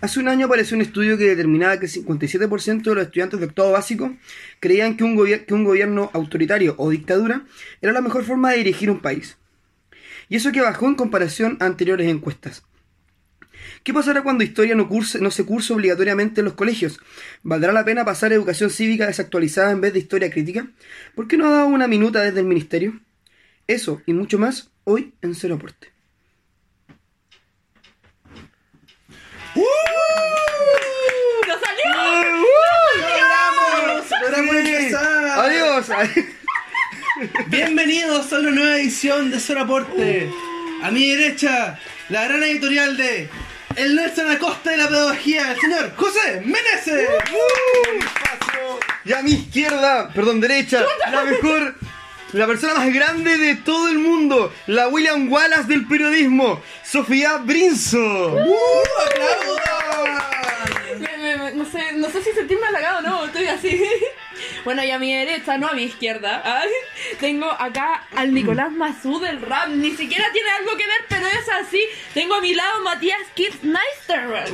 Hace un año apareció un estudio que determinaba que el 57% de los estudiantes de octavo básico creían que un gobierno autoritario o dictadura era la mejor forma de dirigir un país. Y eso que bajó en comparación a anteriores encuestas. ¿Qué pasará cuando historia no se curse obligatoriamente en los colegios? ¿Valdrá la pena pasar educación cívica desactualizada en vez de historia crítica? ¿Por qué no ha dado una minuta desde el ministerio? Eso y mucho más hoy en Cero Aporte. ¡Nos salió! ¡Logramos empezar! ¡Adiós! Bienvenidos a una nueva edición de Cero Aporte. A mi derecha, la gran editorial de El Nelson Acosta de la pedagogía, el señor José Meneses. Y a mi izquierda, perdón, derecha, la persona más grande de todo el mundo, la William Wallace del periodismo, Sofía Brinzo. No sé si sentirme halagado o no, estoy así. Bueno, y a mi derecha, no a mi izquierda, tengo acá al Nicolás Mazú del rap. Ni siquiera tiene algo que ver, pero es así. Tengo a mi lado Matías Kitzmeister.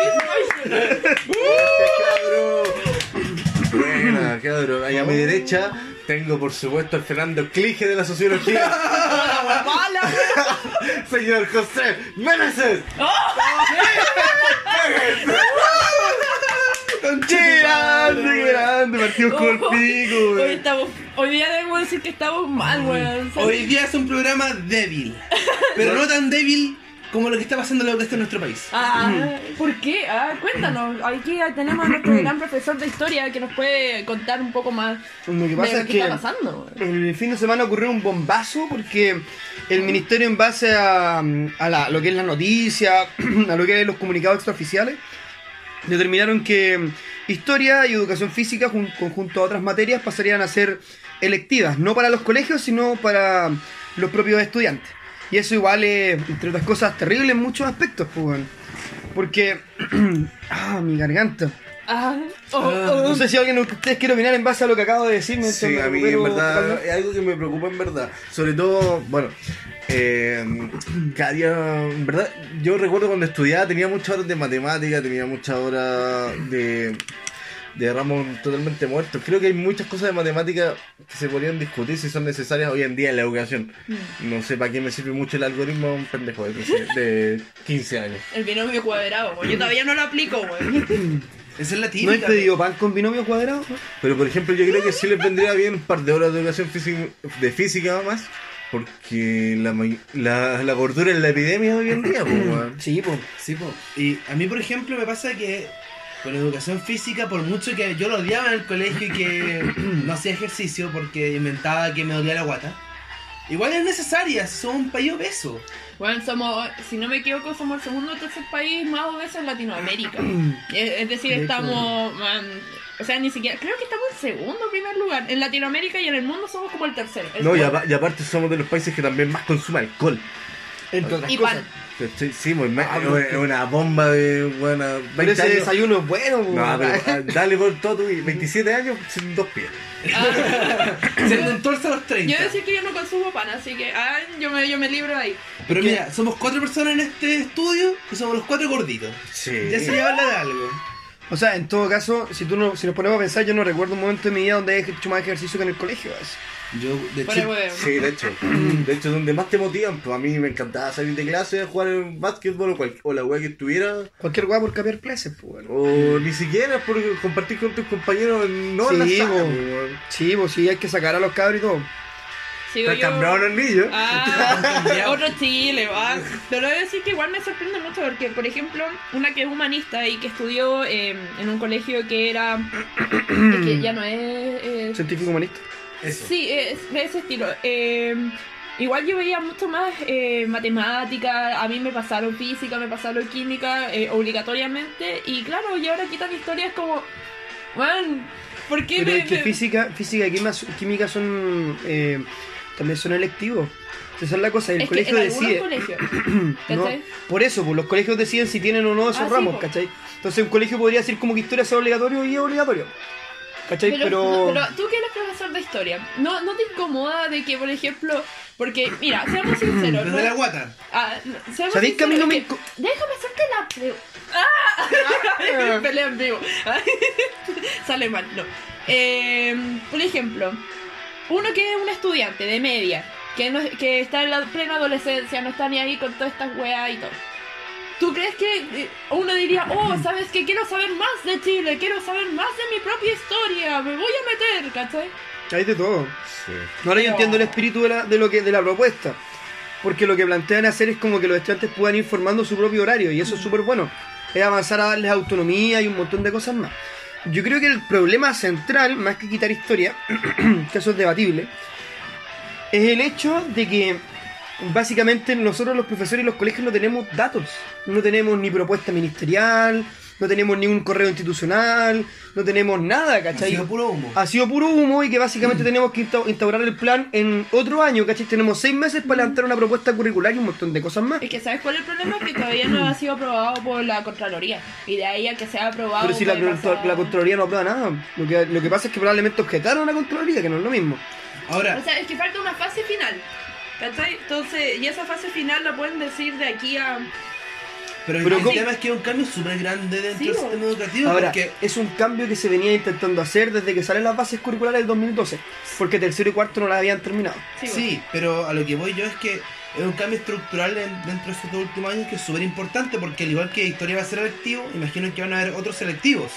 Buena, cabrón. Ahí a mi derecha tengo, por supuesto, al Fernando Clige de la sociología. Señor José Meneses. ¡Qué grande! Partimos con el pico, Hoy día debemos decir que estamos mal, weón. Hoy día es un programa débil, pero no tan débil como lo que está pasando en la educación en nuestro país. ¿Por qué? Cuéntanos. Aquí tenemos a nuestro gran profesor de historia que nos puede contar un poco más Lo que pasa de es qué que está pasando. el fin de semana ocurrió un bombazo porque el ministerio, en base a lo que es la noticia, a lo que es los comunicados extraoficiales, determinaron que historia y educación física, junto a otras materias, pasarían a ser electivas, no para los colegios, sino para los propios estudiantes. Y eso igual es, entre otras cosas, terrible en muchos aspectos, pues, bueno. Porque... mi garganta. No sé si alguien de ustedes quiere opinar en base a lo que acabo de decir. Sí, a mí en verdad es algo que me preocupa en verdad. Sobre todo, bueno, cada día, en verdad, yo recuerdo cuando estudiaba tenía muchas horas de matemática, tenía muchas horas de ramos totalmente muertos. Creo que hay muchas cosas de matemática que se podrían discutir si son necesarias hoy en día en la educación. No sé para qué me sirve mucho el algoritmo a un pendejo de 15 años. El binomio cuadrado, güey. Yo todavía no lo aplico, güey. Esa es la ¿No típica. has pedido pan con binomio cuadrado? Pero por ejemplo, yo creo que sí les vendría bien un par de horas de educación física más. Porque la gordura es la epidemia hoy en día, pues, weón. Sí, pues. Sí, po. Y a mí, por ejemplo, me pasa que con educación física, por mucho que yo lo odiaba en el colegio y que no hacía ejercicio porque inventaba que me dolía la guata, igual es necesaria, son un país obeso. Bueno, si no me equivoco, somos el segundo o tercer país más obeso en Latinoamérica. Es decir, estamos... o sea, ni siquiera... Creo que estamos en segundo o primer lugar. En Latinoamérica y en el mundo somos como el tercero. No, y aparte somos de los países que también más consume alcohol. Entre otras Y cosas. pan. Sí, es una bomba de buena. Pero ese años. desayuno es bueno, pues. No, pero dale por todo tu 27 años sin 2 pies. Siendo un torso a los 30. Yo decir que yo no consumo pan, así que yo me libro de ahí. Pero mira, somos 4 personas en este estudio y somos los 4 gorditos. Sí. Ya se lleva de algo. O sea, en todo caso, si nos ponemos a pensar, yo no recuerdo un momento de mi vida donde he hecho más ejercicio que en el colegio. Yo, de Fuera hecho, huevo. Sí, de hecho, donde más te motivan, pues a mí me encantaba salir de clase, jugar en básquetbol o la weá que estuviera. Cualquier weá por cambiar clases, pues, bueno. O ni siquiera por compartir con tus compañeros, no en la Sí, sala, po. pues, weón. Sí, pues sí, hay que sacar a los cabros y todo. Sigo Está yo. cambiado los niños. Otro Chile, va. Pero debo decir que igual me sorprende mucho porque, por ejemplo, una que es humanista y que estudió en un colegio que era... que ya no es... Científico humanista. eso. Sí, es de ese estilo. Igual yo veía mucho más matemática, a mí me pasaron física, me pasaron química obligatoriamente. Y claro, y ahora quitan historias como... Man, ¿por qué Pero es que física y química son... también son electivos. Esa es la cosa, el es colegio que en decide. algunos colegios, No, ¿cachai? por eso, pues los colegios deciden si tienen o no esos Sí, ramos, po. ¿cachai? Entonces un colegio podría decir como que historia sea obligatorio y es obligatorio. ¿Cachai? Pero tú que eres profesor de historia, ¿no te incomoda de que, por ejemplo, Porque, mira, seamos sinceros. Desde la guata. Seamos ¿Sabéis que a mí no me... sinceros, déjame hacerte la pregunta. Pelea en vivo. Sale mal, no. Por ejemplo, uno que es un estudiante de media, que está en la plena adolescencia, no está ni ahí con todas estas weas y todo. ¿Tú crees que uno diría, sabes que quiero saber más de Chile, quiero saber más de mi propia historia, me voy a meter, ¿cachai? Hay de todo. Sí. Ahora yo entiendo el espíritu de la propuesta. Porque lo que plantean hacer es como que los estudiantes puedan ir formando su propio horario. Y eso es súper bueno. Es avanzar a darles autonomía y un montón de cosas más. Yo creo que el problema central, más que quitar historia, que eso es debatible, es el hecho de que básicamente nosotros los profesores y los colegios no tenemos datos. No tenemos ni propuesta ministerial, no tenemos ni un correo institucional, no tenemos nada, ¿cachai? Ha sido puro humo. Ha sido puro humo y que básicamente tenemos que instaurar el plan en otro año, ¿cachai? Tenemos 6 meses para levantar una propuesta curricular y un montón de cosas más. Es que ¿sabes cuál es el problema? Que todavía no ha sido aprobado por la Contraloría. Y de ahí a que sea aprobado... Pero si la Contraloría no aprueba nada. Lo que pasa es que probablemente objetaron a la Contraloría, que no es lo mismo. Ahora, O sea, es que falta una fase final, ¿cachai? Entonces, y esa fase final la pueden decir de aquí a... pero Pero el ¿cómo? tema es que es un cambio súper grande dentro Sí, del bo. sistema educativo. Ahora, Porque es un cambio que se venía intentando hacer desde que salen las bases curriculares del 2012. Porque tercero y cuarto no las habían terminado. sí, pero a lo que voy yo es que es un cambio estructural dentro de estos 2 últimos años que es súper importante, porque al igual que historia va a ser electivo, imagino que van a haber otros selectivos.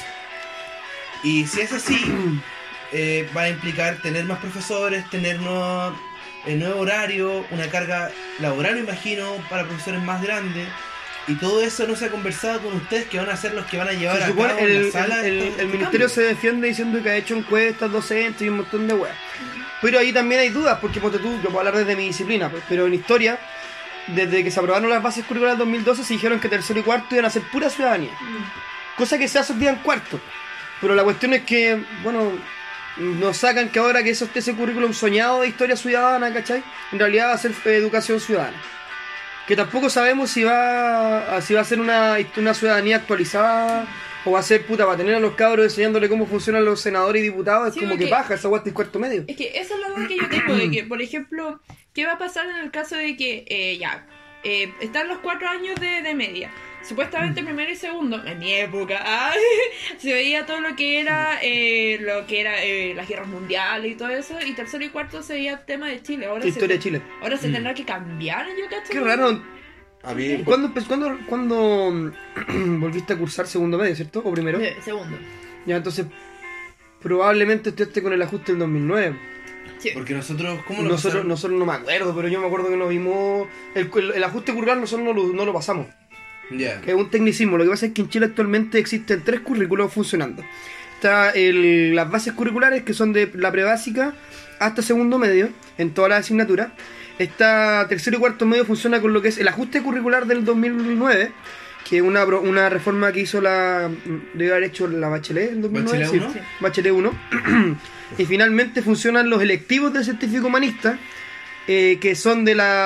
Y si es así, va a implicar tener más profesores, tener nuevo horario, una carga laboral, imagino, para profesores más grandes. Y todo eso no se ha conversado con ustedes, que van a ser los que van a llevar Se a supone cabo en el la sala este ministerio cambio. se defiende diciendo que ha hecho encuestas docentes y un montón de weas. Pero ahí también hay dudas, porque ponte tú, yo puedo hablar desde mi disciplina, pues, pero en historia, desde que se aprobaron las bases curriculares del 2012, se dijeron que tercero y cuarto iban a ser pura ciudadanía. Cosa que se hace hoy día en cuarto. Pero la cuestión es que, bueno, nos sacan que ahora que ese currículum soñado de historia ciudadana, ¿cachai? En realidad va a ser educación ciudadana. Que tampoco sabemos si va a ser una ciudadanía actualizada o va a ser puta para tener a los cabros enseñándole cómo funcionan los senadores y diputados. Es Sí, como porque- que baja esa guasta y cuarto medio. Es que esa es la duda que yo tengo, de que, por ejemplo, ¿qué va a pasar en el caso de que están los 4 años de media? Supuestamente primero y segundo, en mi época, se veía todo lo que era las guerras mundiales y todo eso, y tercero y cuarto se veía tema de Chile. Ahora Historia de Chile. Ahora se tendrá que cambiar, yo cacho. Qué raro. A mí, ¿Cuándo volviste a cursar segundo medio, cierto? ¿O primero? Segundo. Ya, entonces probablemente estudiaste con el ajuste del 2009. Sí. Porque nosotros, ¿cómo lo Nosotros pasaron? no me acuerdo, pero yo me acuerdo que nos vimos... El ajuste curricular nosotros no lo pasamos. Ya. Que es un tecnicismo. Lo que pasa es que en Chile actualmente existen 3 currículos funcionando. Está las bases curriculares, que son de la prebásica hasta segundo medio, en todas las asignaturas. Está tercero y cuarto medio, funciona con lo que es el ajuste curricular del 2009, que es una reforma que hizo debe haber hecho la Bachelet en 2009. ¿Bachelet sí, 1? Bachelet 1. Y finalmente funcionan los electivos del científico humanista, que son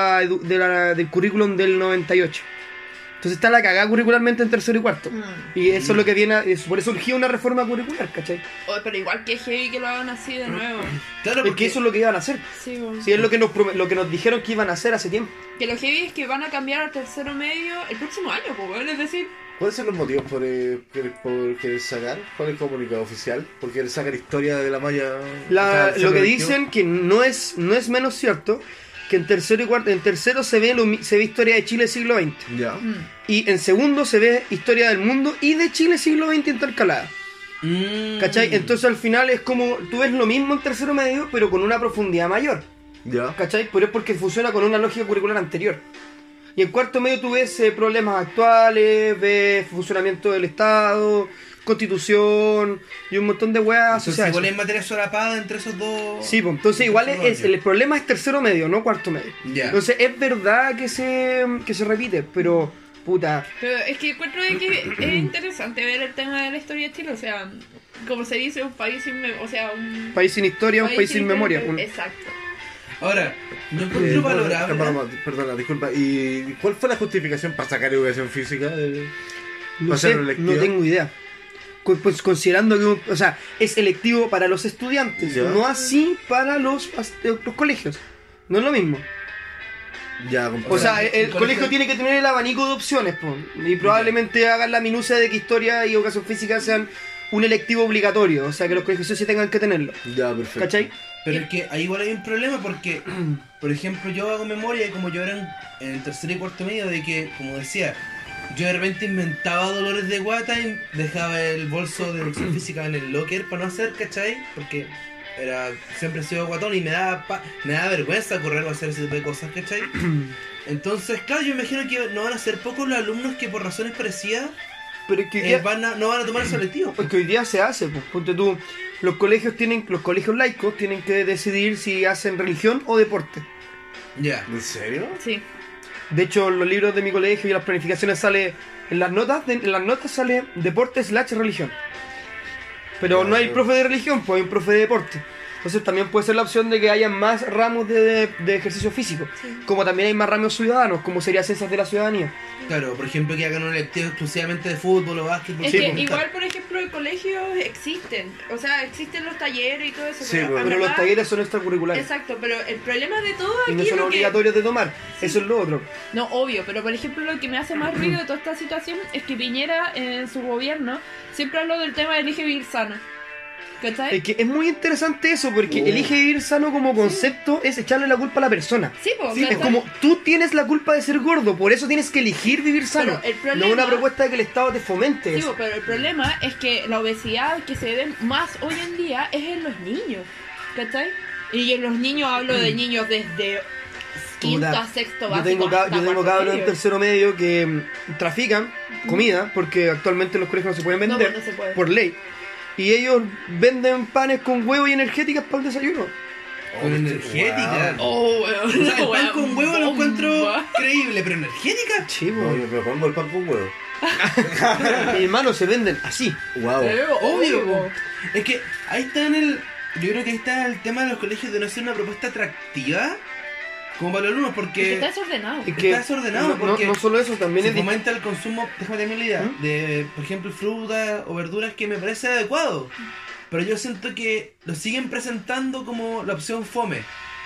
del currículum del 98. Entonces está la cagada curricularmente en tercero y cuarto. Y eso es lo que viene, por eso surgió una reforma curricular, ¿cachai? Pero igual que heavy que lo hagan así de nuevo. Claro, Es que porque eso es lo que iban a hacer. Sí, bueno. Sí, es lo que nos dijeron que iban a hacer hace tiempo. Que lo heavy es que van a cambiar al tercero medio el próximo año, pues, bueno, es decir, ¿cuáles son los motivos por querer sacar? ¿Cuál es el comunicado oficial? ¿Por querer sacar historia de la malla? Lo que dicen que no es menos cierto que en tercero y cuarto, en tercero se ve historia de Chile siglo XX. Ya. Y en segundo se ve historia del mundo y de Chile siglo XX intercalada. ¿Cachai? Entonces al final es como, tú ves lo mismo en tercero medio, pero con una profundidad mayor. Ya. ¿Cachai? Pero es porque funciona con una lógica curricular anterior. Y en cuarto medio tú ves problemas actuales, ves funcionamiento del Estado, constitución y un montón de weas entonces asociadas. igual es materia solapada entre esos dos. Sí, pues, entonces igual esos el problema es tercero medio, no cuarto medio. Ya. Entonces es verdad que se repite, pero puta, pero es que encuentro de que es interesante ver el tema de la historia de Chile, o sea, como se dice, un país sin un país sin historia, un país sin memoria. Exacto. Ahora, no encuentro valorable. Perdona, disculpa. ¿Y cuál fue la justificación para sacar educación física? No ¿Va a sé, ser electivo? no tengo idea. Pues considerando que, o sea, es electivo para los estudiantes, Ya. no así para los colegios. No es lo mismo. Ya, O sea, sea, el un colegio colegio- tiene que tener el abanico de opciones, po, y probablemente hagan la minucia de que historia y educación física sean un electivo obligatorio, o sea, que los colegios sí tengan que tenerlo. Ya, perfecto. ¿Cachai? Pero es que ahí igual hay un problema porque, por ejemplo, yo hago memoria y como yo era en el tercer y cuarto medio de que, como decía, yo de repente inventaba dolores de guata y dejaba el bolso de educación física en el locker para no hacer, ¿cachai? Porque siempre he sido guatón y me daba vergüenza correr o hacer ese tipo de cosas, ¿cachai? Entonces, claro, yo imagino que no van a ser pocos los alumnos que por razones parecidas Pero es que hoy día, no van a tomar el selectivo. es que hoy día se hace, pues, ponte tú, los colegios laicos tienen que decidir si hacen religión o deporte. Ya. ¿En serio? Sí. De hecho, en los libros de mi colegio y las planificaciones sale, en las notas sale deporte/religión. Pero no hay profe de religión, pues hay un profe de deporte. Entonces también puede ser la opción de que haya más ramos de ejercicio físico. Sí. Como también hay más ramos ciudadanos, como sería ciencias de la ciudadanía. Claro, por ejemplo, que hagan un electivo exclusivamente de fútbol o básquetbol. Es Sí, que pues, igual, por ejemplo, en colegios existen. O sea, existen los talleres y todo eso. Sí, pero, pues, en Pero los verdad- talleres son extracurriculares. Exacto, pero el problema de todo Y aquí no son lo que... obligatorios de tomar. Eso es lo otro. No, obvio, pero por ejemplo lo que me hace más ruido de toda esta situación es que Piñera en su gobierno siempre habló del tema de elige vivir sano. ¿Cachai? Es que es muy interesante eso, porque elige vivir sano como concepto es echarle la culpa a la persona. Sí, pues, Sí, es ¿cachai? como tú tienes la culpa de ser gordo, por eso tienes que elegir vivir sano. Pero el problema- No una propuesta de que el Estado te fomente Sí, eso. pero el problema es que la obesidad que se ve más hoy en día es en los niños. ¿Cachai? Y en los niños hablo de niños desde quinto Puta, a sexto Yo básico. tengo, hasta yo tengo cuarto cabros en medio. tercero medio que trafican comida, porque actualmente los colegios no se pueden No, vender pues no se puede. por ley. Y ellos venden panes con huevo y energéticas para el desayuno. Con energética. Oh, weón. O sea, el pan Weón, con huevo lo bomba. encuentro creíble, pero energética. Sí, No, yo me pongo el pan con huevo. Mi hermano se venden así. Wow. Obvio. Po. Es que ahí está yo creo que ahí está el tema de los colegios de no hacer una propuesta atractiva como para los alumnos, Es que porque está desordenado. Es que Está desordenado, no, porque no solo eso, también se es fomenta el consumo, déjame terminar la idea, ¿Mm? de, por ejemplo, frutas o verduras que me parece adecuado. Pero yo siento que lo siguen presentando como la opción fome.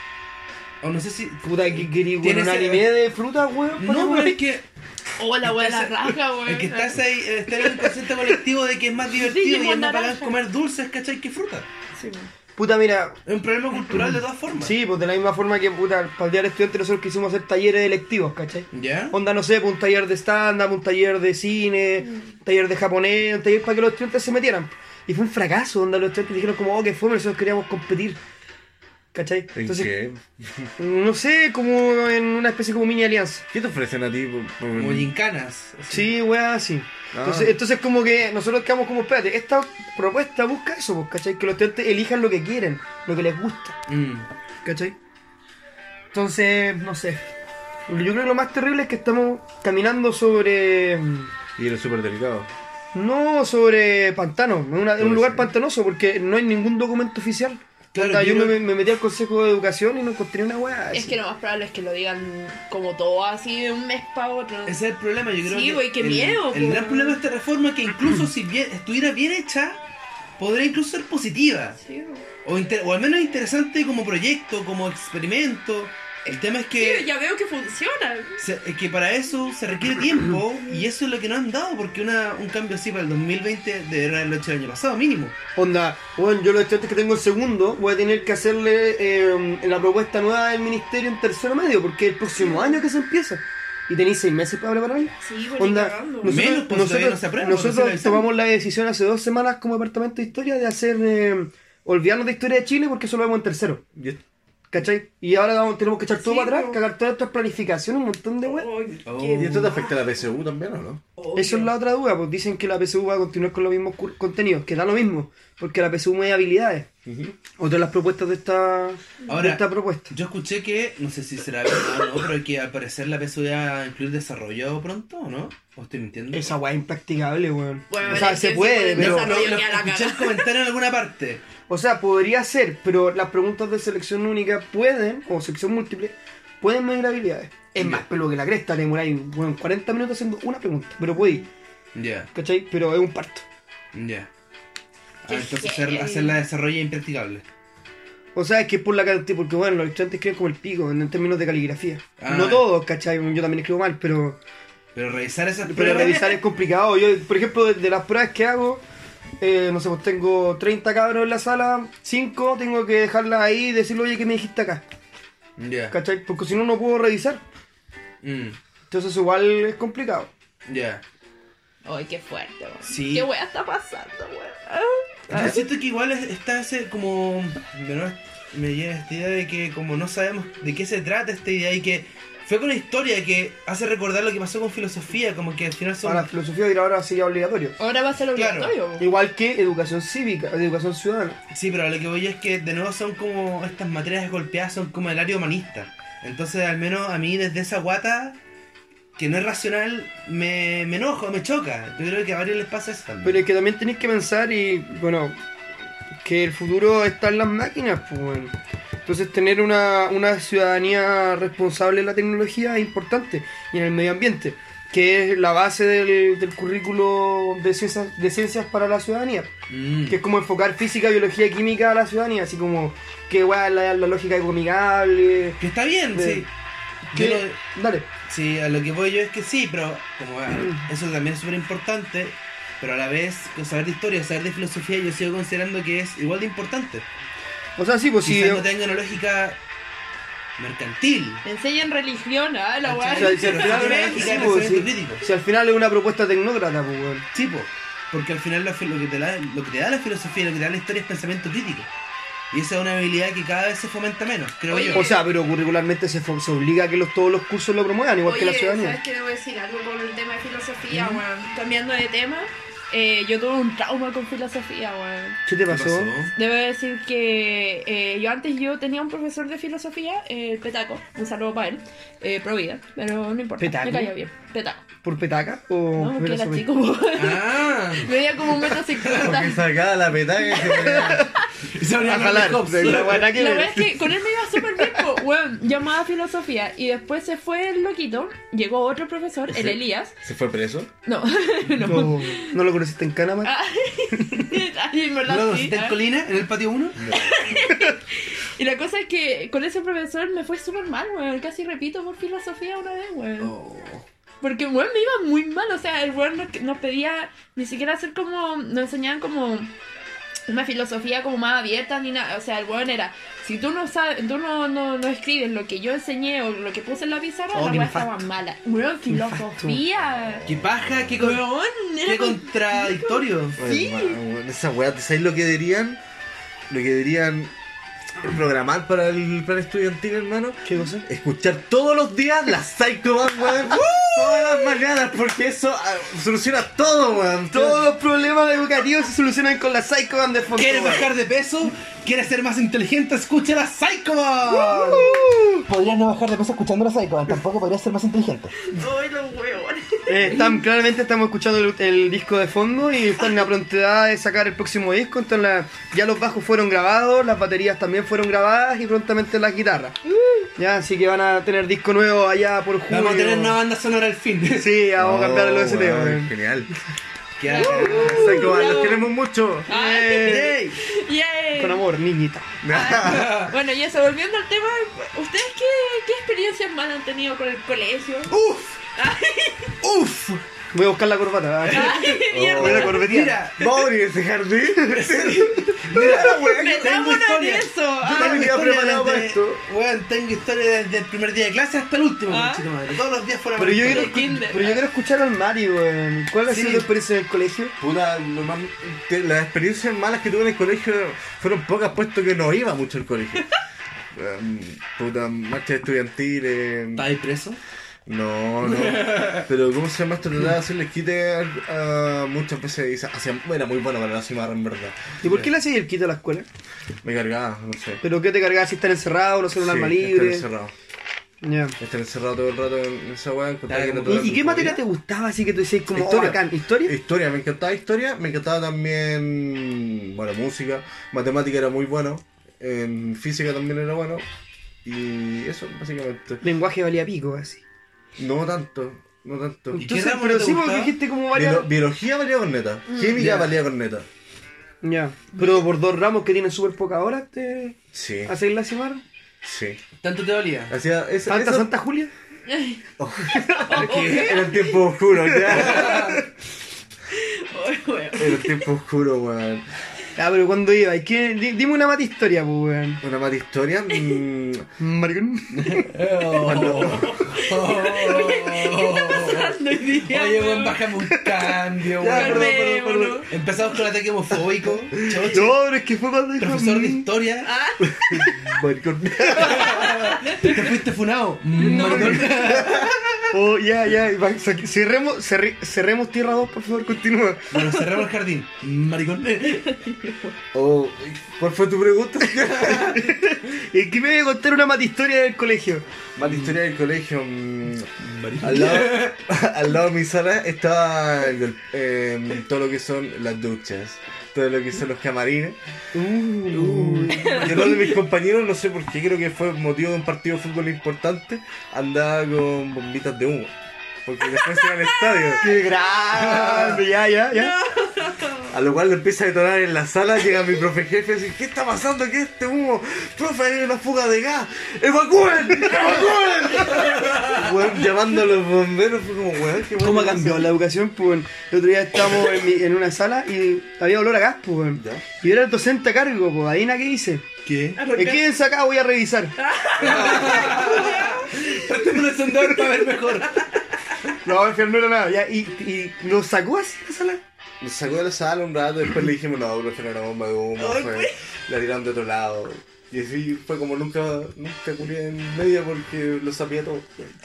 O no sé si... puta que quería Tiene un ese- anime de fruta, weón. No, pero es que... Oh, la weá de la raja, weón. Es que estás ahí, está en el concepto colectivo de que es más divertido y Digimon es más bacán naranja. comer dulces, ¿cachai? Que fruta. Sí, weón. Puta, mira, Es un problema cultural de todas formas. sí, pues de la misma forma que, puta, para el día del estudiante nosotros quisimos hacer talleres electivos, ¿cachai? ¿Ya? Onda, no sé, pues un taller de stand-up, un taller de cine, un taller de japonés, un taller para que los estudiantes se metieran. Y fue un fracaso, donde los estudiantes dijeron como, oh, que fue, nosotros queríamos competir. ¿Cachai? ¿En qué? no sé, como en una especie como mini alianza. ¿Qué te ofrecen a ti? Como gincanas. así. Sí, weá, sí. Ah. Entonces como que nosotros quedamos como, espérate, esta propuesta busca eso, pues, ¿cachai? Que los estudiantes elijan lo que quieren, lo que les gusta, Mm. ¿cachai? Entonces, no sé. Yo creo que lo más terrible es que estamos caminando sobre... Y eres súper delicado. No sobre pantano, en un lugar sí. pantanoso, porque no hay ningún documento oficial. Claro, Onda, yo yo- me metí al Consejo de Educación y no encontré una weá. Es así. que lo más probable es que lo digan como todo así de un mes para otro. Ese es el problema, yo creo Sí, que güey, qué el, miedo, el po. gran problema de esta reforma es que incluso si bien estuviera bien hecha, podría incluso ser positiva. Sí, O al menos interesante como proyecto, como experimento. El tema es sí, que, ya veo que funciona. es que para eso se requiere tiempo y eso es lo que no han dado, porque un cambio así para el 2020 deberían haberlo hecho el año pasado mínimo. Onda, bueno, yo los estudiantes que tengo en segundo voy a tener que hacerle la propuesta nueva del ministerio en tercero medio, porque es el próximo año que se empieza. Y tenéis 6 meses para prepararlo. Sí, güey, Onda, cagando. Menos, pues, todavía no se aprueba, nosotros recién la tomamos la decisión hace 2 semanas como departamento de historia de hacer olvidarnos de historia de Chile porque eso lo vemos en tercero. ¿Cachai? Y ahora tenemos que echar todo Sí, para atrás, po. cagar todas nuestras planificaciones, un montón de weas. Ay, Oh. qué ¿Y esto te afecta a la PSU también o no? obvio. Eso es la otra duda, pues dicen que la PSU va a continuar con los mismos contenidos, que da lo mismo, porque la PSU me da habilidades. Otra de las propuestas de esta propuesta. Yo escuché que, no sé si será verdad o no, pero que al parecer la PSU va a incluir desarrollo pronto, ¿o no? ¿O estoy mintiendo? Esa wea es impracticable, weón. Bueno, o sea, es se que puede, sí, pero... desarrollo Lo que a la escuché el caga. comentario en alguna parte. O sea, podría ser, pero las preguntas de selección única pueden, o selección múltiple, pueden medir habilidades. Es más pelo que la cresta, te demoráis, bueno, 40 minutos haciendo una pregunta, pero podéis, Ya, ¿cachai? Pero es un parto. ya. Qué Entonces heavy. hacerla desarrollo es impracticable. O sea, es que es por la cantidad, porque bueno, los estudiantes escriben como el pico en términos de caligrafía. Ah. No todos, ¿cachai? Yo también escribo mal, pero revisar esas pero pruebas... revisar es complicado. Yo, por ejemplo, de las pruebas que hago, no sé, pues tengo 30 cabros en la sala, 5 tengo que dejarlas ahí y decirle, oye, ¿qué me dijiste acá? Ya. ¿Cachai? Porque si no, no puedo revisar. Entonces igual es complicado. Ya. Ay, qué fuerte, weón. Sí. ¿Qué weá está pasando, weón? Yo siento que igual está ese como... Me llega esta idea de que como no sabemos de qué se trata esta idea y que fue con una historia que hace recordar lo que pasó con filosofía, como que al final son... Ahora, filosofía dirá ahora sería obligatorio. Ahora va a ser obligatorio. weón. Igual que educación cívica, educación ciudadana. Sí, pero a lo que voy es que de nuevo son como estas materias golpeadas, son como el área humanista. Entonces al menos a mí desde esa guata, que no es racional, me enojo, me choca. Yo creo que a varios les pasa eso también. Pero es que también tenéis que pensar y, bueno, que el futuro está en las máquinas, pues bueno. Entonces tener una ciudadanía responsable en la tecnología es importante y en el medio ambiente, que es la base del currículo de ciencias para la ciudadanía, que es como enfocar física, biología y química a la ciudadanía, así como que weá, la lógica ecomigable. Que está bien, de- sí. que- Yo lo- Dale. Sí, a lo que voy yo es que sí, pero como eso también es súper importante, pero a la vez saber de historia, saber de filosofía yo sigo considerando que es igual de importante. O sea, sí, pues sí. Quizás no tenga una lógica mercantil. Me enseñan religión, la O weá. sea, si al final, Pero sí, lógica de pues, pensamiento sí. crítico. Si al final es una propuesta tecnócrata, pues bueno. Sí, po, porque al final lo que te da la filosofía, lo que te da la historia es pensamiento crítico. Y esa es una habilidad que cada vez se fomenta menos, creo Oye, yo. O sea, pero curricularmente se obliga a que todos los cursos lo promuevan, igual que la Oye, ciudadanía. ¿sabes qué debo decir? Algo con el tema de filosofía, weón. Cambiando de tema, yo tuve un trauma con filosofía, weón. ¿Qué te ¿Qué pasó? Debo decir que yo tenía un profesor de filosofía, Petaco, un saludo para él, pro vida, pero no importa, ¿Petaco? me cayó bien, Petaco. ¿Por petaca? ¿O No, porque era filosofía? chico, weón. Ah, Medía como 1,50 Porque m. sacaba la petaca y se ponía- y se abría A jalar. los De la buena que La ver. verdad es que con él me iba súper bien, po, weón. Llamaba filosofía y después se fue el loquito. Llegó otro profesor, el Elías. ¿Se fue preso? No, no. No, ¿no lo conociste en Canamar? Ay, en verdad Luego, sí, ¿está en ¿eh? Colina, en el patio 1? Y la cosa es que con ese profesor me fue súper mal, weón. Casi repito por filosofía una vez, weón. Oh. Porque, weón, me iba muy mal. O sea, el weón nos pedía ni siquiera hacer como. Nos enseñaban como una filosofía como más abierta ni nada. O sea, el weón era. Si tú no sabes, tú no escribes lo que yo enseñé o lo que puse en la pizarra, Oh, la qué weá nefasto. estaba mala. Weón, filosofía. ¡Qué paja! Weón, ¡Qué era con- contradictorio! Sí. Bueno, esa weá, ¿sabes lo que dirían? Lo que dirían programar para el plan estudiantil, hermano. ¿Qué cosa? Escuchar todos los días la Psycho Band, weón. Todas las mañanas, porque eso soluciona todo, weón. Todos los problemas educativos se solucionan con la Psycho Band de fondo. ¿Quieres bajar de peso? ¿Quieres ser más inteligente? Escucha la Psycho Band. Podrías no bajar de peso escuchando la Psycho, tampoco podrías ser más inteligente. Ay, los weones. Claramente estamos escuchando el disco de fondo y están en la prontedad de sacar el próximo disco. Entonces ya los bajos fueron grabados, las baterías también fueron grabadas y prontamente las guitarras. Ya, así que van a tener disco nuevo allá por julio. Vamos a tener una banda sonora al fin. Sí, vamos a cambiar el OST. weón, weón. Genial. Qué bacán. Psycho Band, los bravo. queremos mucho. ¡Yay! Yay. Con amor, niñita. Bueno, y eso, volviendo al tema, ¿ustedes qué experiencias más han tenido con el colegio? ¡Uf! Voy a buscar la corbata. Mierda. Voy a corbetear. Mira, Vamos a abrir ese jardín. Metámonos en historia. eso. Yo Ah, tengo venía historia preparado para desde, esto. weón, tengo historia desde el primer día de clase hasta el último, Ah. conchito madre. Todos los días fuera Pero yo, historia. quiero escuchar al Mario, weón. ¿Cuál ha Sí. sido tu experiencia en el colegio? Puta, las experiencias malas que tuve en el colegio fueron pocas, puesto que no iba mucho al colegio. Puta, marcha estudiantil. ¿Estás ahí preso? No. Pero ¿cómo se llama esto? Trataba de hacerles quite muchas veces. Era muy bueno para la cimarra, en verdad. ¿Y por qué le hacías el quito a la escuela? Me cargaba, no sé. ¿Pero qué te cargabas si están encerrados, no son un Sí, arma estar libre? encerrado. Ya. Estar encerrado todo el rato en esa weá. encontraba que era ¿Y todo ¿Y qué el- materia te gustaba así que tú decías como Historia. bacán? ¿Historia? Historia, me encantaba historia, me encantaba también, bueno, música, matemática era muy bueno, en física también era bueno, y eso, básicamente. Lenguaje valía pico, así. No tanto. ¿Y qué Entonces, ramo pero te sí, porque gustaba? dijiste como varias... Biología valía con neta, química Ya. valía con neta. Ya. Pero por 2 ramos que tienen súper pocas horas, ¿te Sí, hacéis la semana? sí. ¿Tanto te dolía? Hacía eso, Santa Julia? Era el tiempo oscuro, ya. Ay, weón. Era el tiempo oscuro, weón. Ah, pero cuando iba, dime una mata historia, pues, weón. Una mala historia. Maricón. Pasando hoy día, Oye, weón. weón, bájame un cambio, Ya, weón. Calmémonos. Empezamos con el ataque homofóbico. Chocho, No, pero es que fue cuando dijo. profesor de historia. Maricón. Te fuiste funado. Maricón. Oh, ya. Cerremos Tierra 2, por favor, continúa. Bueno, cerramos el jardín. Maricón. Oh, ¿cuál fue tu pregunta? ¿Y qué me voy a contar una mata historia del colegio? Mala historia del colegio. Al lado de mi sala estaba todo lo que son las duchas, todo lo que son los camarines. Y uno de mis compañeros, no sé por qué, creo que fue motivo de un partido de fútbol importante, andaba con bombitas de humo. Porque después se iba al estadio. ¡Qué grande! Ya. A lo cual lo empieza a detonar en la sala, llega mi profe jefe y dice, ¿qué está pasando? ¿Qué es este humo? Profe, hay una fuga de gas. ¡Evacúen! Weón, llamando a los bomberos, fue como, weón, qué ¿Cómo ha bueno cambiado eso. la educación? Pues, weón. El otro día estábamos en una sala y había olor a gas, pues, weón. Ya. Y yo era el docente a cargo, pues, adivina qué hice. ¿Qué? Quédense acá, voy a revisar. Préstame un encendedor para ver mejor. No, es que no era nada. Ya, y lo sacó así de la sala. Nos sacó de la sala un rato, después le dijimos, no, profe, era una bomba de humo, Ay, fue, la tiraron de otro lado. Y así fue como nunca culié en media porque lo sabía todo.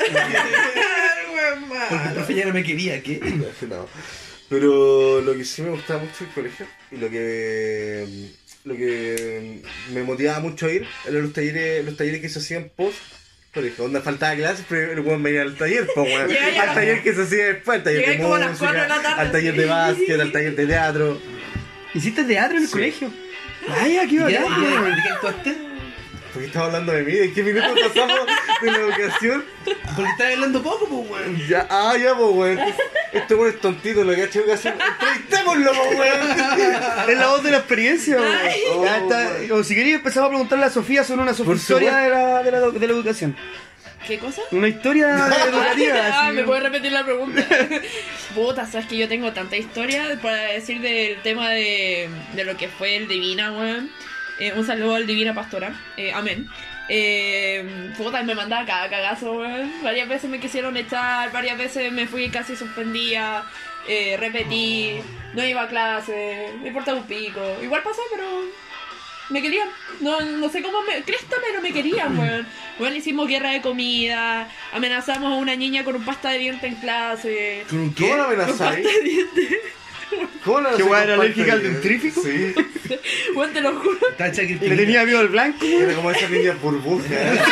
Porque el profe ya no me quería, ¿qué? No. Pero lo que sí me gustaba mucho del colegio y lo que me motivaba mucho a ir eran los talleres que se hacían post colegio. Donde faltaba clases, pero el weón venía al taller, pues weón. Ya. Al taller que se hacía después, al taller Llegué de como a las 4 de la música, tarde, al taller de sí. básquet, al taller de teatro. ¿Hiciste teatro en el Sí. colegio? Vaya, qué ¿Y qué bacán. ¿De qué actuaste? ¿Por qué estás hablando de mí? ¿De qué minutos pasamos de la educación? Porque estás hablando poco, pues, weón. Ya, pues weón. Este weón es tontito, lo que ha hecho educación. ¡Entrevistémoslo, pues weón! Es la voz de la experiencia, weón. Oh, Ya está. O si queréis empezamos a preguntarle a Sofía sobre una Por historia de la educación. ¿Qué cosa? Una historia educativa. Ah, así. ¿me puedes repetir la pregunta? Puta, sabes que yo tengo tanta historia para decir del tema de lo que fue el Divina, weón. Un saludo al Divina Pastora. Amén. Puta, me mandaba cada cagazo, weón. Varias veces me quisieron echar, varias veces me fui casi suspendida. Repetí, no iba a clase, me importaba un pico. Igual pasó, pero me querían. No sé cómo cresta, pero me querían, weón. Bueno, hicimos guerra de comida, amenazamos a una niña con un pasta de dientes en clase. ¿Con un ¿Cómo qué? lo Con amenazáis? pasta de dientes. ¿Cómo lo ¿Qué weón era amenazáis alérgica con al dentrífico? Sí. Bueno, te lo juro. Tacha que Y le tenía miedo al blanco, weón. Era como esa niña burbuja.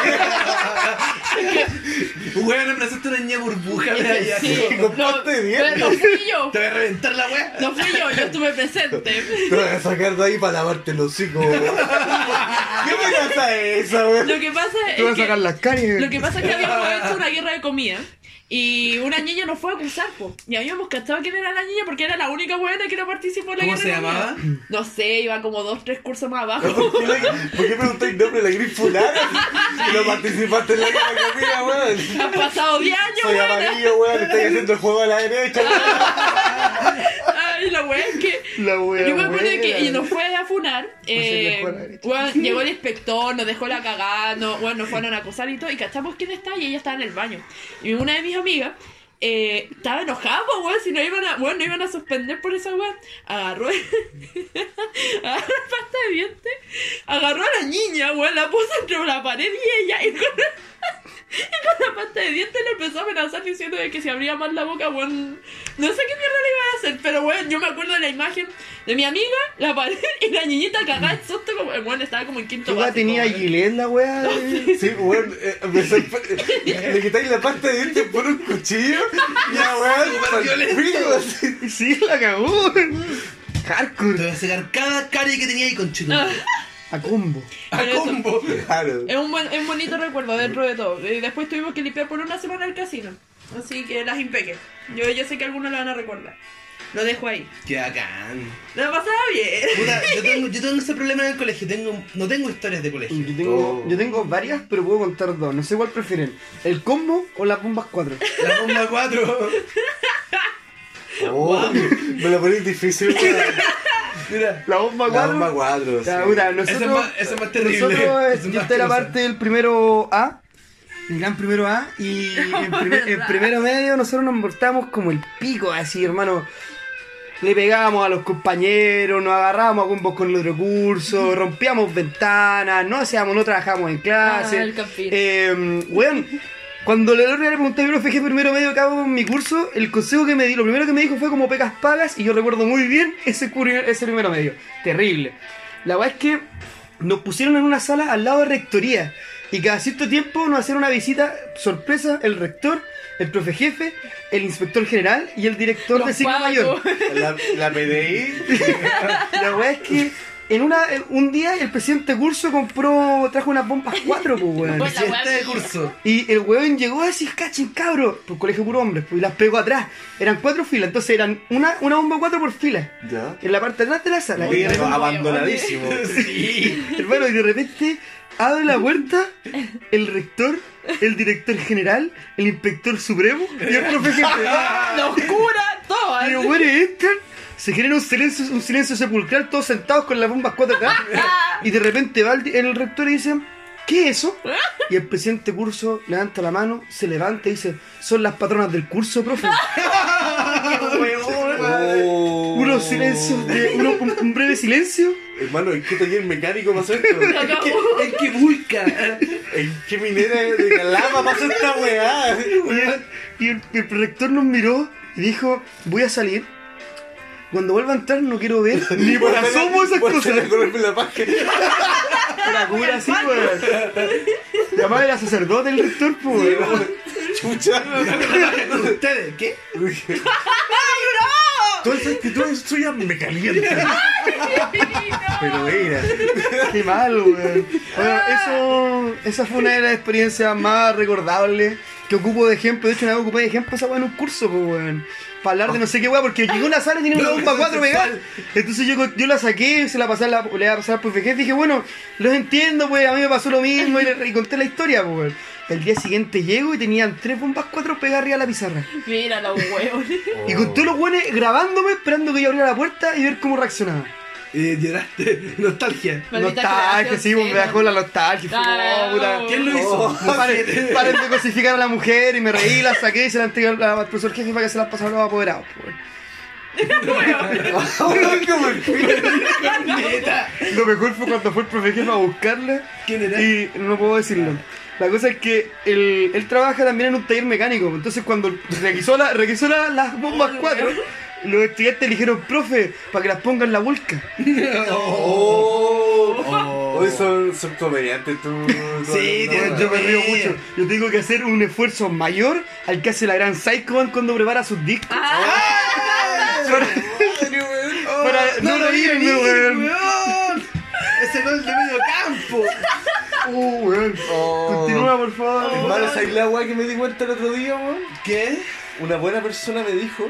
Weón, me presentaste una niña burbuja, weón. Ya, Sí. tío. Con pasta de dientes. No fui yo. Te voy a reventar la weá. No fui yo estuve presente. Te vas a sacar de ahí para lavarte el hocico. ¿Qué amenaza es esa, weón? Lo que pasa Te vas es a sacar que las caries. Lo que pasa es que habíamos hecho una guerra de comida y una niña nos fue a acusar, po. Y habíamos cachado quién era la niña porque era la única buena que no participó en la ¿Cómo guerra se de comida. llamaba? No sé, iba como 2-3 cursos más abajo. ¿Por qué preguntáis nombre de la gris fulana? Si no participaste en la guerra de comida, weón. Han pasado 10 años, Soy weón. amarillo, weón. Estáis haciendo el juego a la derecha, weón. Ay, la wea es que La wea. yo me acuerdo buena. que ella nos fue a funar. que fue a la derecha. Bueno, llegó el inspector, nos dejó la cagada, nos fueron a acusar y todo. Y cachamos quién está y ella estaba en el baño. Y una de mis amigas estaba enojada, pues, weón, si no iban a suspender por esa weón. Agarró agarró el pasta de dientes, agarró a la niña, weón, la puso entre la pared y ella, y con la pasta de dientes le empezó a amenazar diciendo de que si abría más la boca, weón, no sé qué mierda le iba a hacer, pero weón, yo me acuerdo de la imagen de mi amiga, la pared y la niñita cagada de susto, como, weón, estaba como en quinto ¿Qué weá básico, tenía weón. Gilet la weá? Sí, weón. Le quitáis la pasta de dientes por un cuchillo. Ya, weón. Súper violento. pico, así. Sí, la cagó. Te Hardcore. voy a sacar cada carie que tenía ahí con chito. A combo. A Pero eso- combo. Claro. Es un bonito recuerdo dentro de todo. Y después tuvimos que limpiar por una semana el casino. Así que las impeque. Yo sé que algunos la van a recordar. Lo dejo ahí. Qué bacán. Lo pasaba bien. Puta, yo tengo ese problema en el colegio. No tengo historias de colegio. Yo tengo varias, pero puedo contar dos. No sé cuál prefieren. ¿El combo o las bombas 4? La bomba 4. Oh, me lo pones difícil, weón. Mira. La bomba La 4. bomba 4, Ya, sí. puta, nosotros, Ese es más terrible. nosotros, Ese es yo más estoy en la asqueroso. parte del primero A, el gran primero A, y en primero medio nosotros nos portábamos como el pico, así, hermano. Le pegábamos a los compañeros, nos agarrábamos a combos con el otro curso, rompíamos ventanas, no trabajábamos en clase. Ah, el campín. Weón, cuando le pregunté a mi profe que primero medio acabo en mi curso, el consejo que me di, lo primero que me dijo fue como pecas pagas, y yo recuerdo muy bien ese primero medio. Terrible. La verdad es que nos pusieron en una sala al lado de rectoría, y cada cierto tiempo nos hacían una visita sorpresa el rector, el profe jefe, el inspector general y el director Los de ciclo pagos. mayor. La PDI. La weá es que un día el presidente de curso trajo unas bombas 4, pues weón. Pues la weá Este que- curso. Y el weón llegó así, cachen cabro, por colegio puro hombres, pues, y las pegó atrás. Eran 4 filas, entonces eran una bomba 4 por fila. Ya. En la parte de atrás de la sala. Y Oye, de repente, abandonadísimo. Sí. hermano, y de repente abre la puerta el rector, el director general, el inspector supremo y el profe jefe. Locura, todo. Y los weones entran, se genera un silencio sepulcral, todos sentados con las bombas 4 acá. Y de repente va el rector y dice, ¿qué es eso? Y el presidente de curso levanta la mano, se levanta y dice, son las patronas del curso, profe. Oh. Unos silencios, un breve silencio. Hermano, ¿en qué taller mecánico pasó esto? ¿En qué busca? ¿En qué minera de Calama pasó esta weá? Y el rector nos miró y dijo, voy a salir. Cuando vuelva a entrar no quiero ver ni por asomo esas cosas. La página. Era cura así, weón. Y además era sacerdote el rector, pues, weón. Chucha. ¿Ustedes qué? Todas esas actitudes suyas me calientan. Pero mira. Qué malo, weón. Bueno, esa fue una de las experiencias más recordables que ocupo de ejemplo. De hecho, una vez ocupé de ejemplo esa weá en un curso, pues, weón. Para hablar de no sé qué weá, porque llegó a una sala y tenía una bomba 4 pegada. Entonces yo la saqué, le iba a pasar al profe jefe. Dije, bueno, los entiendo, pues a mí me pasó lo mismo y conté la historia, pues, weón. El día siguiente llego y tenían 3 bombas 4 pegadas arriba de la pizarra. Mira los huevos. Y con todos los weones grabándome, esperando que yo abriera la puerta y ver cómo reaccionaba. Y lloraste. Nostalgia. Maldita Nostalgia, generación sí, pues me Z. bajó la nostalgia. Fue como, Claro. puta. ¿Quién lo hizo? Paren de cosificar a la mujer y me reí, la saqué y se la entregué al profesor jefe para que se las pasara a los apoderados. Pues. Neta. Lo mejor fue cuando fue el profe jefe a buscarla ¿Quién era? y no puedo decirlo. La cosa es que él trabaja también en un taller mecánico, entonces cuando requisó las bombas 4, los estudiantes le dijeron, profe, para que las ponga en la volca. Hoy son comediantes tú. Sí, no, Yo me río Sí. mucho. Yo tengo que hacer un esfuerzo mayor al que hace la gran Psycho Man cuando prepara sus discos. Para no reírme, weón. Ese gol de medio campo. Weón. Continúa, por favor. Hermano, ¿sabes la weá que me di cuenta el otro día, weón? ¿Qué? Una buena persona me dijo.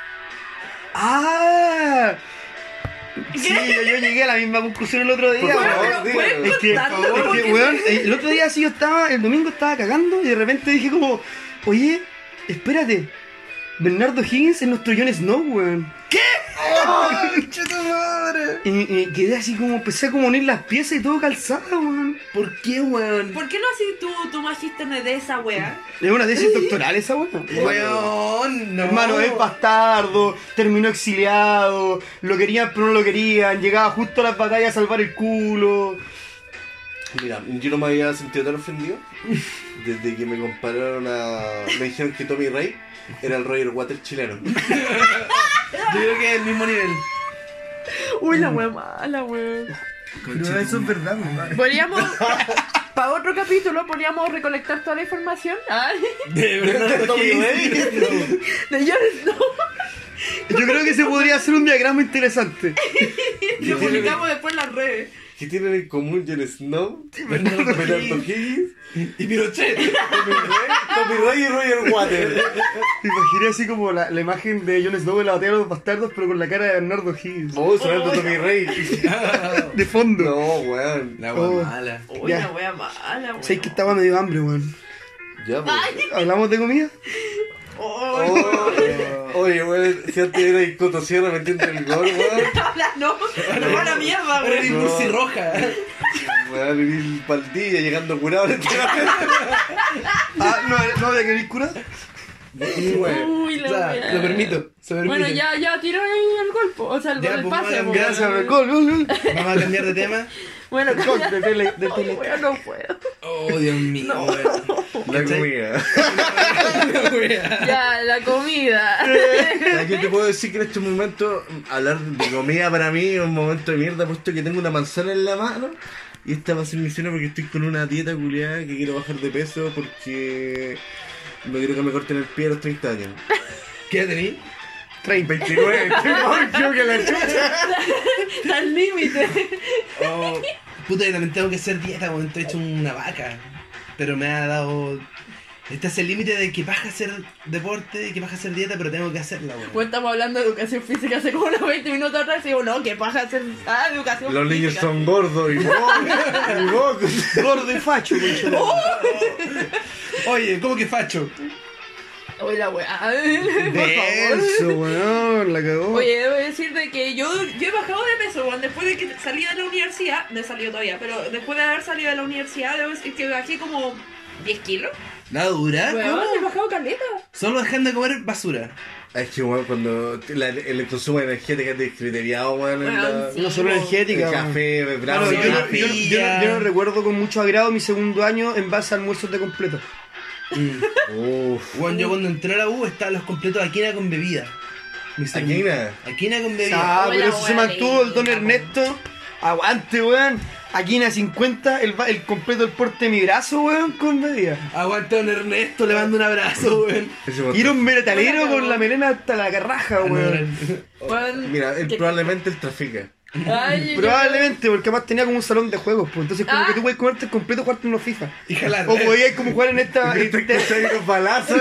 ¡Ah! Sí, yo llegué a la misma conclusión el otro día. Por weón. favor, Pero dígalo. pueden Es que, contarlo, es que, porque weón, sí. el otro día sí el domingo estaba cagando y de repente dije como, oye, espérate, Bernardo Higgins es nuestro Jon Snow, weón. ¡Chuta madre! Y quedé así como, empecé a como unir las piezas y todo calzado, weón. ¿Por qué, weón? ¿Por qué no haces tu magíster de esa wea? Es una tesis doctoral esa weón. Weón, no. Hermano, es bastardo, terminó exiliado, lo querían pero no lo querían, llegaba justo a las batallas a salvar el culo. Mira, yo no me había sentido tan ofendido desde que me compararon me dijeron que Tommy Rey era el Roger Waters chileno. Yo creo que es el mismo nivel. Uy, la wea mala, weón. Pero eso es verdad, weón. Podríamos, para otro capítulo, podríamos recolectar toda la información. Ay, De verdad, Tommy ¿qué Rey. dices? de Jon Snow. Yo creo que se podría hacer un diagrama interesante. Lo publicamos después en las redes. que tienen en común Jon Snow, Bernardo Bernardo Higgins, Y Pinochet. Tommy Rey y Roger Waters. Te imaginé así como la imagen de Jon Snow en la batalla de los bastardos, pero con la cara de Bernardo Higgins. Oh, sonando Tommy Rey. De fondo. No, weón. La Oh. wea mala. Uy, Ya. una wea mala, weón. Sé que estaba medio hambre, weón. Ya, pues. ¿Hablamos de comida? Oh, oye, weón, si antes era el Cotosierra metiendo el gol, weón. No, no, la mierda, Ahora eres weón. No. Cursi Roja. Weón, el Paldilla llegando curado en este Ah, no había que ir cura. Uy, la O sea, wea. lo permito. Se permite. Bueno, ya tiró ahí el golpe. O sea, el, Ya, el pues, pase. vamos a pues, cambiar, Gracias, weón. gol. Vamos a cambiar de tema. Bueno, Gol cambia- de tele. Ay, weón, no puedo. Oh, Dios mío, weón. La comida. Ya, la comida. Ya, yo te puedo decir que en este momento hablar de comida para mí es un momento de mierda, puesto que tengo una manzana en la mano. Y esta va a ser mi cena porque estoy con una dieta culiada que quiero bajar de peso porque no quiero que me corten el pie a los 30 años. ¿Qué edad tení? 29, estoy más yo que la chucha. Está al límite. Oh, puta, yo también tengo que hacer dieta, weón. Estoy hecho una vaca. Pero me ha dado. Este es el límite de que baja hacer deporte, que baja hacer dieta, pero tengo que hacerla, weón. Pues estamos hablando de educación física hace como unos 20 minutos atrás y digo, no, que paja hacer educación Los niños física. son gordos y vos. Gordo y facho, concho. Oye, ¿cómo que facho? Oye, la weá. Por Denso, favor. weón, la cagó. Oye, debo decir de que yo he bajado de peso, weón. Después de que salí de la universidad, no he salido todavía, pero después de haber salido de la universidad, debo decir que bajé como 10 kilos. ¿Nada dura? Weón, ¿Cómo? he bajado caleta. Solo dejando de comer basura. Es que, weón, cuando el consumo de energética es descriteriado, weón. en Weón, la- sí. No solo energética, El weón. café, bravo. Claro, Sí, yo no recuerdo con mucho agrado mi segundo año en base a almuerzos de completo. Uf. Weón, yo cuando entré a la U estaban los completos Aquina con bebida. Mi segundo- Aquina. Aquina con bebida. Ah, Hola, pero eso se weón, mantuvo el don linda, Ernesto. Aguante, weón. Aquí en la 50, el completo del porte de mi brazo, weón, con bebida. Aguanta don Ernesto, le mando un abrazo, weón. Ese Y era un metalero Hola, con weón. la melena hasta la garraja, weón. Weón, Mira, él que- probablemente él trafica. Ay, Probablemente, porque además tenía como un salón de juegos, pues. Entonces, como Ah. que tú puedes comerte el completo y jugarte unos FIFA. Y jalar. O podías como jugar en esta. Hay unos balazos.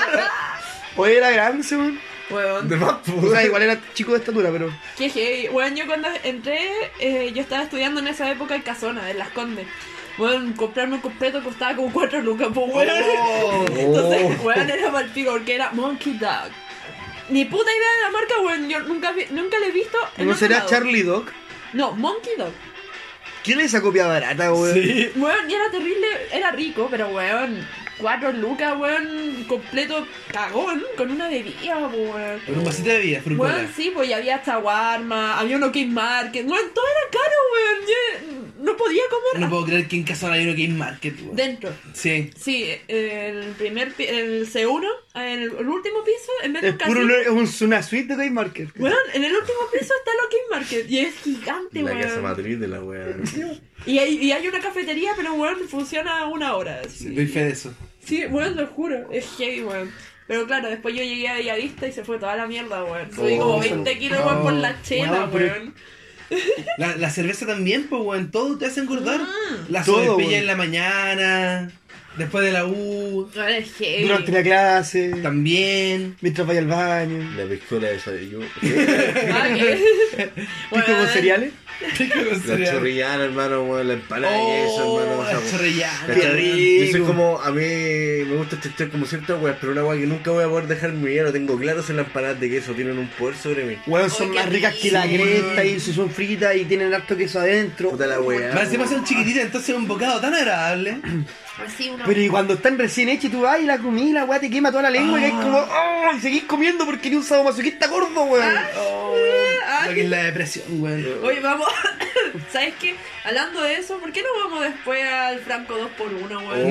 O era grande, ese, weón. Weón. De más O sea, puta. igual era chico de estatura, pero. Qué heavy. Bueno, yo cuando entré, yo estaba estudiando en esa época en Casona, en Las Condes. Bueno, comprarme un completo costaba como 4 lucas, pues, weón. Entonces, weón, era mal pico porque era Monkey Dog. Ni puta idea de la marca, weón. Yo nunca la he visto en ¿No otro será lado. Charlie Dog? No, Monkey Dog. ¿Quién es esa copia barata, weón? Sí. Weón, y era terrible, era rico, pero weón, 4 lucas, weón, completo cagón, con una bebida, weón. Con un vasito de bebida, frucola. Weón, sí, pues ya había shawarma, había uno King Market, weón, todo era caro, weón, yo no podía comer No puedo creer que en casa hay uno Game Market, weón. dentro. Sí. Sí, el C1, el último piso, en vez de Es un puro, casino. es una suite de Game Market. Weón, en el último piso está lo King Market y es gigante, La casa weón. matriz de la wea. Y hay una cafetería, pero weón, funciona 1 hora. Sí, doy fe de eso. Sí, weón, lo juro, es heavy, weón. Pero claro, después yo llegué a Bellavista y se fue toda la mierda, weón. Subí como 20 kilos, weón, por la chela, Weón, pero- weón. La cerveza también, pues, weón. Todo te hace engordar. La Todo, sobrepilla weón. en la mañana. Después de la U. Weón, es heavy. Durante la clase, También. mientras vaya al baño. La piscola de desayuno. Ah, ¿qué? ¿Pico con Weón. cereales? La chorrillana, hermano, weón, la empanada de queso, Oh, hermano. la esa- chorrillana. ¿Cachai? Qué rico. Y eso es como, a mí me gusta testear como ciertas weas, pero una wea que nunca voy a poder dejar en mi vida, lo tengo claro, son las empanadas de queso, tienen un poder sobre mí. Weón, son Ay, qué más ricas que la rico. cresta y si son fritas y tienen harto queso adentro. Puta la wea. Más encima son chiquititas, entonces es un bocado tan agradable. Así, una... Pero y cuando están recién hechas y tú vas y la comí, la weá te quema toda la lengua y es como, ¡oh! Y seguís comiendo porque ni un sadomasoquista gordo, weón. Lo que es la depresión, weón. Oye, vamos. ¿Sabes qué? Hablando de eso, ¿por qué no vamos después al Franco 2x1, weón?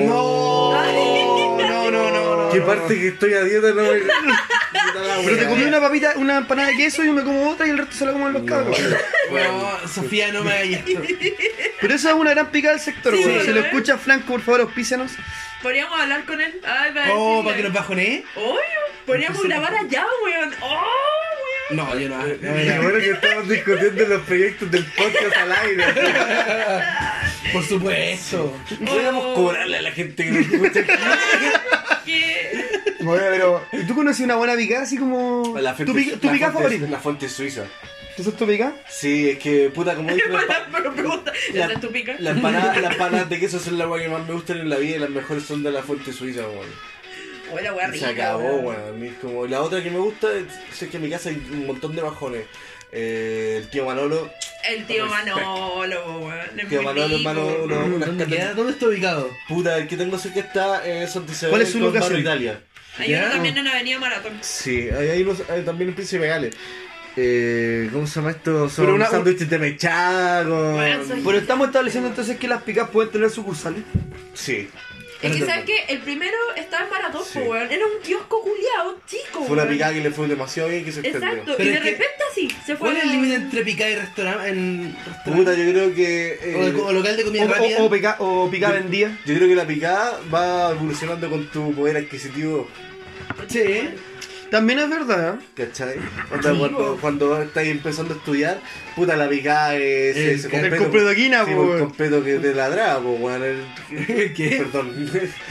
No. ¿Qué parte que estoy a dieta no me... Puta la Pero te wea. comí una papita, una empanada de queso y yo me como otra y el resto se la comen los cabros. Bueno, Sofía, no me hagas esto. Pero esa es una gran picada del sector, Sí, weón. Si lo ¿eh? escucha Franco, por favor, auspícianos. Podríamos hablar con él. Ay, para Oh, decirle. para que nos bajonee. Obvio, podríamos grabar allá, weón. Oh, weón. No, yo no. Qué bueno que estamos discutiendo los proyectos del podcast al aire. Por supuesto. Podríamos cobrarle a la gente que nos escucha. ¿Qué? Bueno, pero ¿y tú conoces una buena picada así como tu picada favorita? La fuente suiza. ¿Esa es tu picada? Sí, es que, puta, como dije, Pero pregunta, ¿esa es tu pica? las empanadas de queso son la weá que más me gustan en la vida y las mejores son de la fuente suiza, weón. Hola, weá Y rica. se acabó, weón. weón. Y como la otra que me gusta es que en mi casa hay un montón de bajones. El tío Manolo. El tío Manolo, weón. El tío Manolo, hermano, unas ¿Dónde cartas. queda? ¿Dónde está ubicado? Puta, el que tengo cerca está en Santa Isabel. ¿Cuál es su con locación? Barrio Italia. Hay ¿Ya? uno también en Avenida Maratón. Sí, hay también en Príncipe Gales. ¿Cómo se llama esto? Son Pero sándwiches de mechado. Bueno, soy- Pero estamos estableciendo entonces que las picadas pueden tener sucursales. Sí. Es que, ¿sabes qué? El primero estaba en Maratón, Sí. weón. Era un kiosco culiado, chico, Fue una weón. picada que le fue demasiado bien que se extendió. Exacto, Pero y de es que- repente así, se fue. ¿Cuál es el límite entre picada y restaurante? Puta, yo creo que. O local de comida rápida. O picada vendida. Yo creo que la picada va evolucionando con tu poder adquisitivo. Sí. También es verdad, ¿eh? ¿Cachai? Onda, cuando estás empezando a estudiar, puta, la picada es ese el completo quina, sí, po, el weón. completo que te ladraba, pues, weón. ¿Qué? Perdón.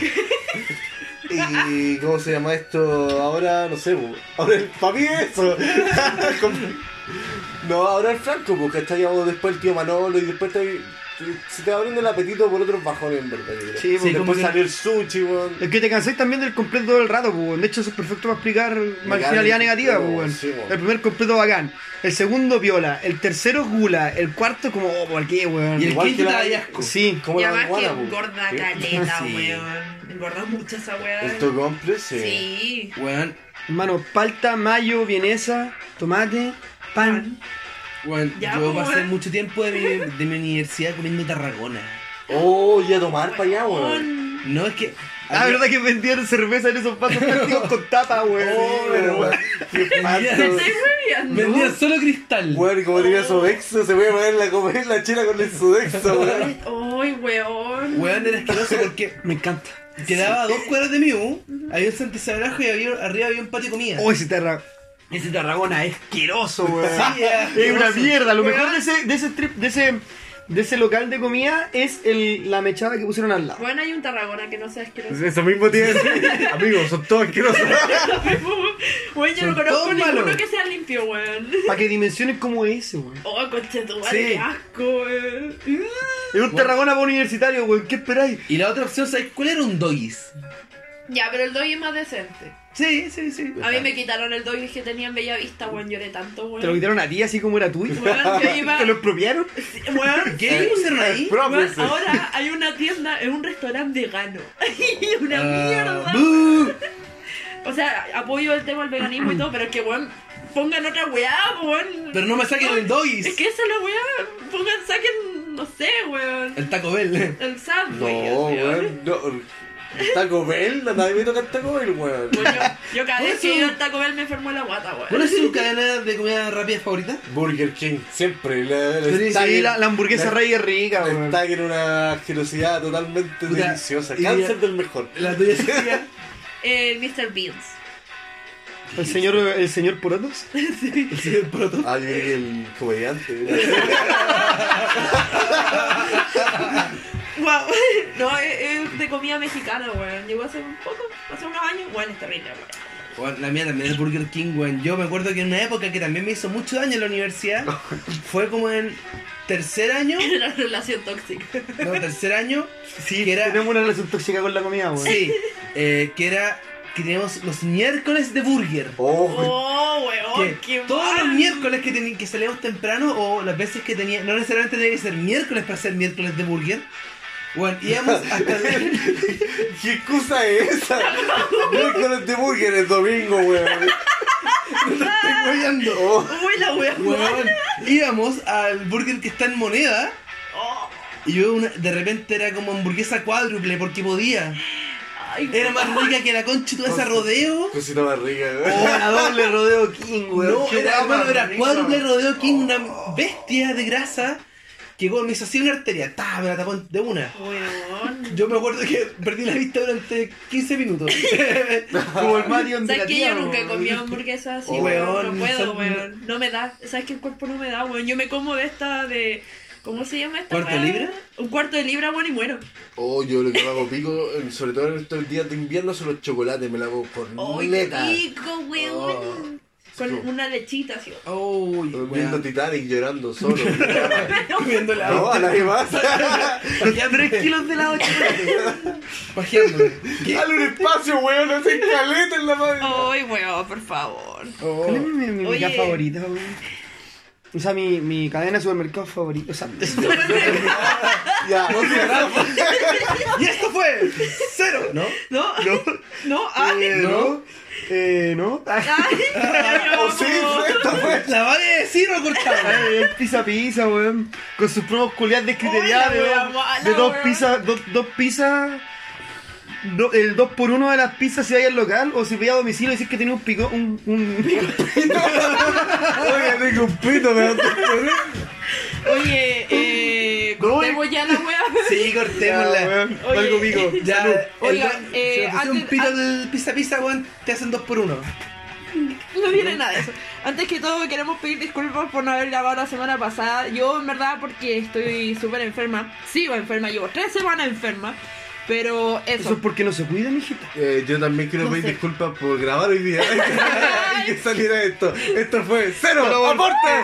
¿Y cómo se llama esto? Ahora, no sé, pues. Ahora, para mí eso. No, ahora el Franco, pues, ¿cachai? O después el tío Manolo y después se te va abriendo el apetito por otros bajones, en verdad. Yo creo. Sí, Sí, como Después que- salió el sushi, weón. Es que te cansáis también del completo todo el rato, pues, weón. De hecho, eso es perfecto para explicar marginalidad cae, negativa, pero, pues, weón. sí, weón. El primer completo bacán. El segundo viola. El tercero gula. El cuarto como, oh, ¿por qué, weón? Y el Igual quinto que te la- da asco. Sí. Como Y la además que marihuana, pues. engorda ¿Sí? caleta, Sí. weón. Engorda mucho esa weá. Esto compre, sí. Sí. Weón, Hermano, palta, mayo, vienesa, tomate, pan. weón, Ya, yo pues, pasé weón. mucho tiempo de mi universidad comiendo tarragona. Oh, y a tomar para allá, weón. Weón. No, es que... Ah, verdad que vendían cerveza en esos vasos plásticos con tapa, weón. Oh, pero, weón. Qué ¿Te falso. estoy hueviando? Vendían solo cristal. Weón, y como tenía Sodexo, se puede poner la chela con el Sodexo, weón. Ay, weón. Weón, era asqueroso porque Me encanta. quedaba a 2 cuadras de mí, había un Santa Isabel y arriba había un patio de comida. Oh, ese Tarragona es asqueroso, weón. Sí, Es una mierda. Lo Weón. mejor de ese local de comida es la mechada que pusieron al lado. Bueno, hay un Tarragona que no sea asqueroso. Eso mismo tiene que decir. Amigos, son todos asquerosos. Weón, yo Son no conozco todos ninguno malos. que sea limpio, weón. Para que dimensiones como ese, weón. Oh, conchetumare, Sí. qué asco, weón. Es un Tarragona para universitario, weón. ¿Qué esperáis? Y la otra opción, ¿sabes cuál era? Un doggies. Ya, pero el doy es más decente. Sí, sí, sí. A mí me quitaron el doy que tenía en Bella Vista, weón. Lloré tanto, weón. Te lo quitaron a ti así como era tuyo. Weón, yo iba... ¿Te lo expropiaron? Weón, ¿Qué pusieron ahí? weón, ahora hay una tienda, es un restaurante vegano. Y una mierda. ¡Bú! O sea, apoyo el tema del veganismo y todo, pero es que, weón, pongan otra weá, weón. Pero no me saquen el doggies. Es que esa es la weá. Pongan, saquen, no sé, weón. El Taco Bell. El Subway, No, weón. weón. No. Taco Bell, nadie me toca el Taco Bell, weón. Bueno, yo cada Por vez que eso- iba al Taco Bell me enfermó la guata, weón. ¿Cuál es su cadena de comida rápida favorita? Burger King, siempre. Sí, la hamburguesa rey es rica, weón. Está en una asquerosidad totalmente Puta, deliciosa. y Cáncer ya- del mejor. La tuya sería... El Mr. Beans. El señor Porotos. El señor Proto. Ah, yo creo que el comediante. Wow. No, es de comida mexicana, weón. Llegó hace un poco, hace unos años. Bueno, es terrible, weón. Bueno, la mía también es Burger King, weón. Yo me acuerdo que en una época que también me hizo mucho daño en la universidad, fue como en tercer año, Era una relación tóxica. no, tercer año, Sí, que era, tenemos una relación tóxica con la comida, weón. sí, que era que teníamos los miércoles de burger. Oh, Oh, weón, Que qué todos mal. los miércoles que salíamos temprano o las veces que tenía, no necesariamente tenía que ser miércoles para ser miércoles de burger. Bueno, íbamos hasta ¿qué excusa es esa? Miércoles de burger el domingo, weón. estoy guayando. Oh, Uy, la weón. Weón, íbamos al burger que está en Moneda Oh, y yo de repente era como hamburguesa cuádruple porque podía. ay, Era más rica que la concha y toda esa rodeo. cosita más rica, Oh, weón. la doble rodeo King, weón. No, Qué era, guapa, hermano, era rica, cuádruple weón. rodeo king, una bestia de grasa. Llegó, me hizo así una arteria, me la tapó de una. Weón. Yo me acuerdo que perdí la vista durante 15 minutos. Como el Mario de ¿Sabes la que tía, yo nunca he weón. comido hamburguesas así, Oh, weón? No weón, puedo, son- weón. No me da. ¿Sabes que el cuerpo no me da, weón? Yo me como de esta de... ¿Cómo se llama esta? ¿Cuarto de weá? libra? Un cuarto de libra, weón, y muero. Oh, yo lo que me hago pico, sobre todo en estos días de invierno, son los chocolates, me la hago por ¡Ay, neta. rico, weón! Con una lechita así. Uy, Viendo Titanic llorando solo. Comiendo la No, a nadie más. Ya 3 kilos de helado de chocolate. Pajeándome. Dale un espacio, weón, no se caleta en la madre. ¡Ay, weón, por favor! ¿Cuál es mi Oye. picada favorita, weón? O sea, mi cadena de supermercados favorita. O sea, Ya, Y esto fue 0, ¿no? ¿No? ¿No? ¡Ay! ¿no? ¿No? ¡Ay! o sí, esta fue. La va a decir o cortar. El pizza, weón. Con sus promos culiadas descriteriadas, Uy, la wea weón. mala, De dos weón. pizzas, dos pizzas. El 2x1 de las pizzas si vaya al local o si vaya a domicilio y decís que tenía un pico. Oye, tengo un pito, me da Oye, cortemos ya la weá. Sí, cortémosla. weón. Oye. Algo pico. Ya, Salud. Oiga, si le ofreces un antes- pito del pizza, weón, te hacen 2 por 1. No tiene nada de eso. Antes que todo queremos pedir disculpas por no haber grabado la semana pasada. Yo en verdad porque estoy súper enferma. Sigo enferma, llevo 3 semanas enferma. Pero Eso eso. es porque no se cuida, mijita. Yo también quiero No pedir sé. disculpas por grabar hoy día y que saliera esto. Esto fue 0 aporte.